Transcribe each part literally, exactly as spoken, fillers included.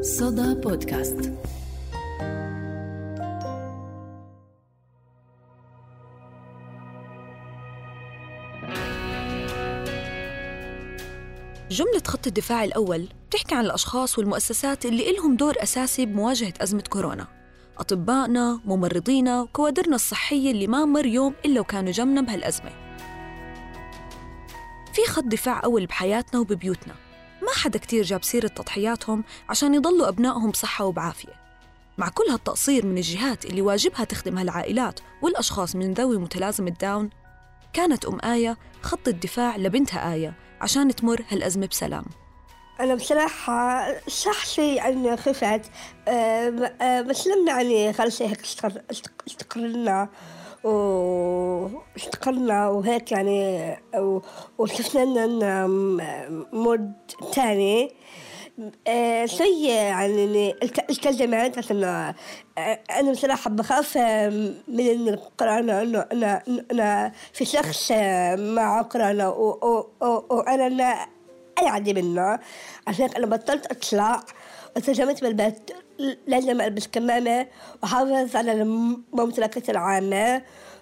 صدى بودكاست. جملة خط الدفاع الأول بتحكي عن الأشخاص والمؤسسات اللي إلهم دور أساسي بمواجهة أزمة كورونا، أطبائنا، ممرضينا وكوادرنا الصحية اللي ما مر يوم إلا وكانوا جنبنا بهالأزمة. في خط دفاع أول بحياتنا وببيوتنا، ما حدا كتير جاب سيرة تضحياتهم عشان يضلوا أبنائهم بصحة وبعافية. مع كل هالتقصير من الجهات اللي واجبها تخدم هالعائلات والأشخاص من ذوي متلازمة داون، كانت أم آية خط الدفاع لبنتها آية عشان تمر هالأزمة بسلام. أنا بصراحة شخصي يعني خفت أه بس لما يعني خلص هيك استقرنا واستقرنا وهيك يعني وشفنا لنا مود تاني أه شيء يعني التزمت عشان أنا بصراحة بخاف من القرآن إنه أنا أنا في شخص مع قرآن وأنا لا أعدي منه، عشان أنا بطلت أطلع وترجمت بالبيت لازم ألبس كمامة وحافظ على الممتلكات العامة،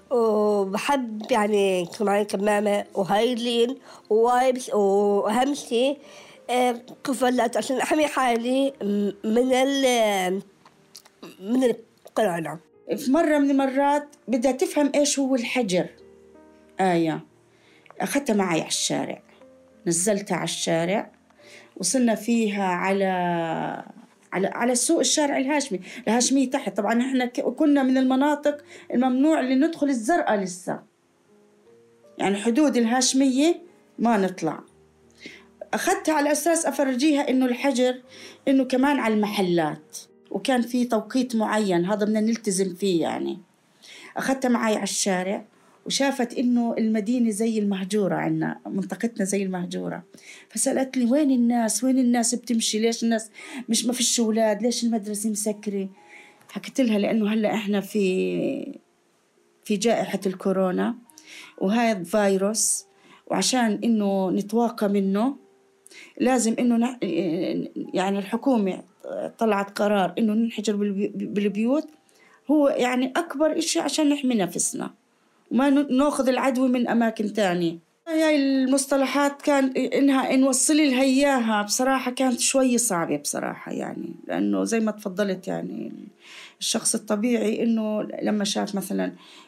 وبحب يعني كمان كمامة وهايلين ووايبس، وأهم شيء قفلات عشان أحمي حالي من ال من الكورونا. في مرة من المرات بدها تفهم إيش هو الحجر. آية أخذتها معي على الشارع، نزلتها على الشارع، وصلنا فيها على على على سوق الشارع الهاشمي الهاشمي تحت. طبعا احنا كنا من المناطق الممنوع اللي ندخل الزرقاء لسه، يعني حدود الهاشمية ما نطلع. أخذتها على أساس أفرجيها إنه الحجر إنه كمان على المحلات، وكان في توقيت معين هذا بدنا نلتزم فيه. يعني أخذتها معي على الشارع وشافت إنه المدينة زي المهجورة، عنا منطقتنا زي المهجورة، فسألت لي وين الناس وين الناس بتمشي، ليش الناس مش ما فيش أولاد، ليش المدرسة مسكرة. حكيت لها لأنه هلأ إحنا في في جائحة الكورونا وهذا فيروس، وعشان إنه نتواقى منه لازم إنه يعني الحكومة طلعت قرار إنه ننحجر بالبيوت، هو يعني أكبر إشي عشان نحمي نفسنا وما نأخذ العدوى من أماكن تانية. هاي المصطلحات كان إنها نوصلي لها إياها بصراحة كانت شوي صعبة بصراحة، يعني لأنه زي ما تفضلت يعني الشخص الطبيعي إنه لما شاف مثلا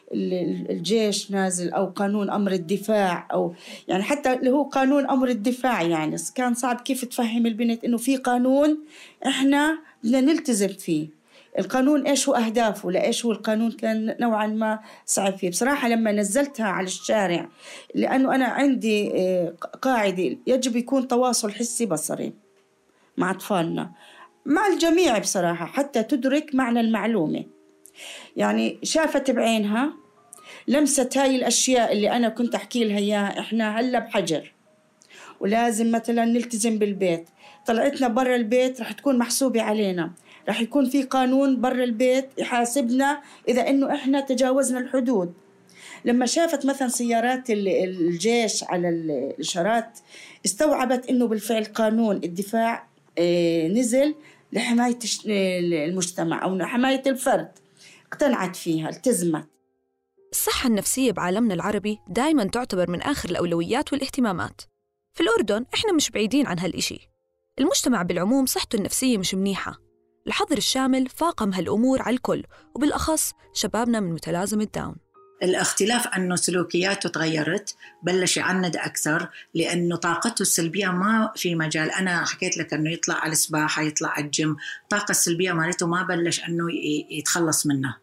الجيش نازل أو قانون أمر الدفاع، أو يعني حتى اللي هو قانون أمر الدفاع، يعني كان صعب كيف تفهم البنت إنه في قانون إحنا بدنا نلتزم فيه. القانون إيش هو أهدافه، لا إيش هو القانون، كان نوعا ما صعب فيه بصراحة. لما نزلتها على الشارع، لأنه أنا عندي قاعدة يجب يكون تواصل حسي بصري مع أطفالنا مع الجميع بصراحة حتى تدرك معنى المعلومة. يعني شافت بعينها، لمست هاي الأشياء اللي أنا كنت أحكي لها إياها. إحنا هلا بحجر ولازم مثلا نلتزم بالبيت، طلعتنا برا البيت رح تكون محسوبة علينا، رح يكون في قانون برا البيت يحاسبنا إذا إنه إحنا تجاوزنا الحدود. لما شافت مثلا سيارات الجيش على الإشارات استوعبت إنه بالفعل قانون الدفاع نزل لحماية المجتمع أو حماية الفرد، اقتنعت فيها، التزمت. الصحة النفسية بعالمنا العربي دايماً تعتبر من آخر الأولويات والاهتمامات. في الأردن إحنا مش بعيدين عن هالإشي، المجتمع بالعموم صحته النفسية مش منيحة. الحظر الشامل فاقم هالأمور على الكل، وبالأخص شبابنا من متلازمة داون. الاختلاف أنه سلوكياته تغيرت، بلش يعند أكثر لأنه طاقته السلبية ما في مجال. أنا حكيت لك أنه يطلع على السباحة، يطلع على الجيم، طاقة السلبية مالته ما بلش أنه يتخلص منها،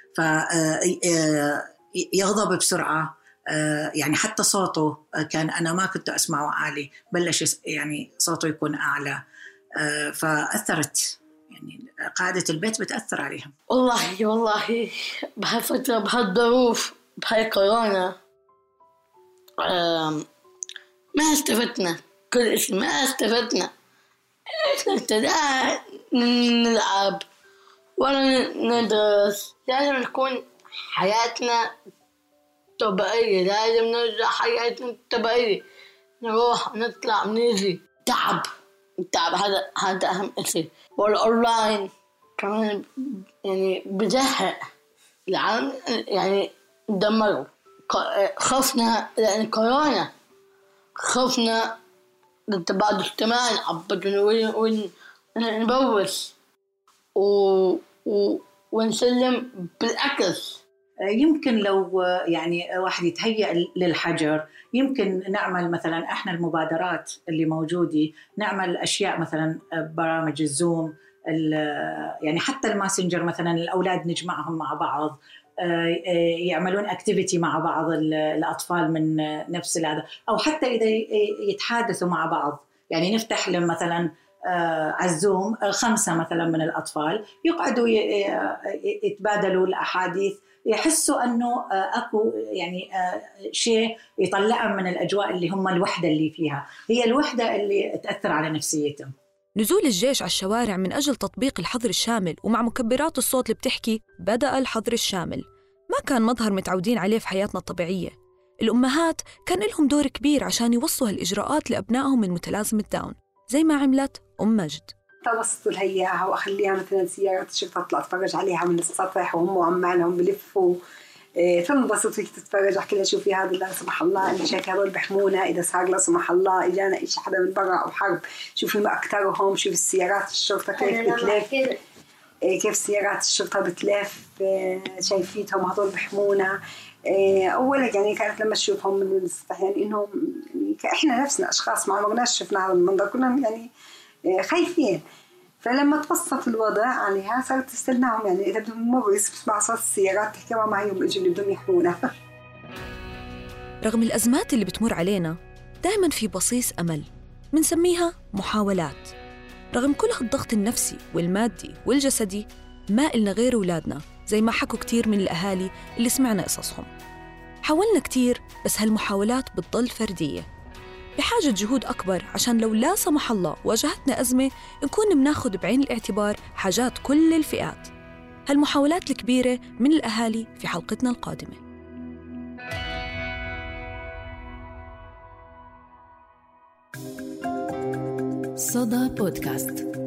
فيغضب بسرعة. يعني حتى صوته كان أنا ما كنت أسمعه عالي، بلش يعني صوته يكون أعلى، فأثرت يعني قاعدة البيت بتأثر عليها. والله والله بهالفترة بهالظروف بهاي كورونا ما استفدنا كل اسم، ما استفدنا. إيش نستفيد؟ نلعب ولا ندرس. لازم نكون حياتنا طبيعية، لازم نرجع حياتنا طبيعية، نروح نطلع نيجي. تعب التعب، هذا هذا أهم شيء. والأونلاين كمان يعني بزهق العالم، يعني دمروا. خفنا لأن كورونا، خفنا للتباعد الاجتماعي، عبدنا وين ونبوس و... و... ونسلم بالعكس. يمكن لو يعني واحد يتهيأ للحجر، يمكن نعمل مثلا احنا المبادرات اللي موجودة، نعمل اشياء مثلا برامج الزوم، يعني حتى الماسنجر مثلا الاولاد نجمعهم مع بعض، يعملون اكتيفيتي مع بعض الاطفال من نفس هذا، او حتى اذا يتحادثوا مع بعض، يعني نفتح لهم مثلا على الزوم خمسة مثلا من الأطفال يقعدوا يتبادلوا الأحاديث، يحسوا أنه أكو يعني شيء يطلعهم من الأجواء اللي هم الوحدة اللي فيها، هي الوحدة اللي تأثر على نفسيتهم. نزول الجيش على الشوارع من أجل تطبيق الحظر الشامل، ومع مكبرات الصوت اللي بتحكي بدأ الحظر الشامل، ما كان مظهر متعودين عليه في حياتنا الطبيعية. الأمهات كان لهم دور كبير عشان يوصلوا هالإجراءات لأبنائهم من متلازمة داون، زي ما عملت أم مجد. توصل لها إياها وأخليها مثلا سيارة الشرطة تطلع تتفرج عليها من السطح وهم وعمالهم بلفوا، إيه تنبسط فيك تتفرج، أحكي لها شوفي هذا لا سمح الله اللي شايف هذول بيحمونا إذا صار لا سمح الله إجانا إيش حدا من برا أو حرب، شوفي ما أكترهم، شوفي السيارات الشرطة كيف بتلف، إيه كيف سيارات الشرطة بتلف، إيه شايفيتهم هذول بيحمونا. إيه أولا يعني كانت لما تشوفهم من السطح يعني إنهم يعني إحنا نفسنا أشخاص ما عمرناش شفنا هذا المنظر، كنا يعني خايفين. فلما توسط الوضع عليها صارت تستناهم، يعني إذا بدهم يمروا يسمعوا صوت السيارات تحكي ما معهم الإجوا اللي بدهم يحمونا. رغم الأزمات اللي بتمر علينا دائما في بصيص أمل منسميها محاولات. رغم كل هالضغط النفسي والمادي والجسدي ما إلنا غير أولادنا، زي ما حكوا كتير من الأهالي اللي سمعنا قصصهم. حاولنا كتير بس هالمحاولات بتضل فردية، بحاجة جهود أكبر عشان لو لا سمح الله واجهتنا أزمة نكون مناخد بعين الاعتبار حاجات كل الفئات. هالمحاولات الكبيرة من الأهالي في حلقتنا القادمة. صدى بودكاست.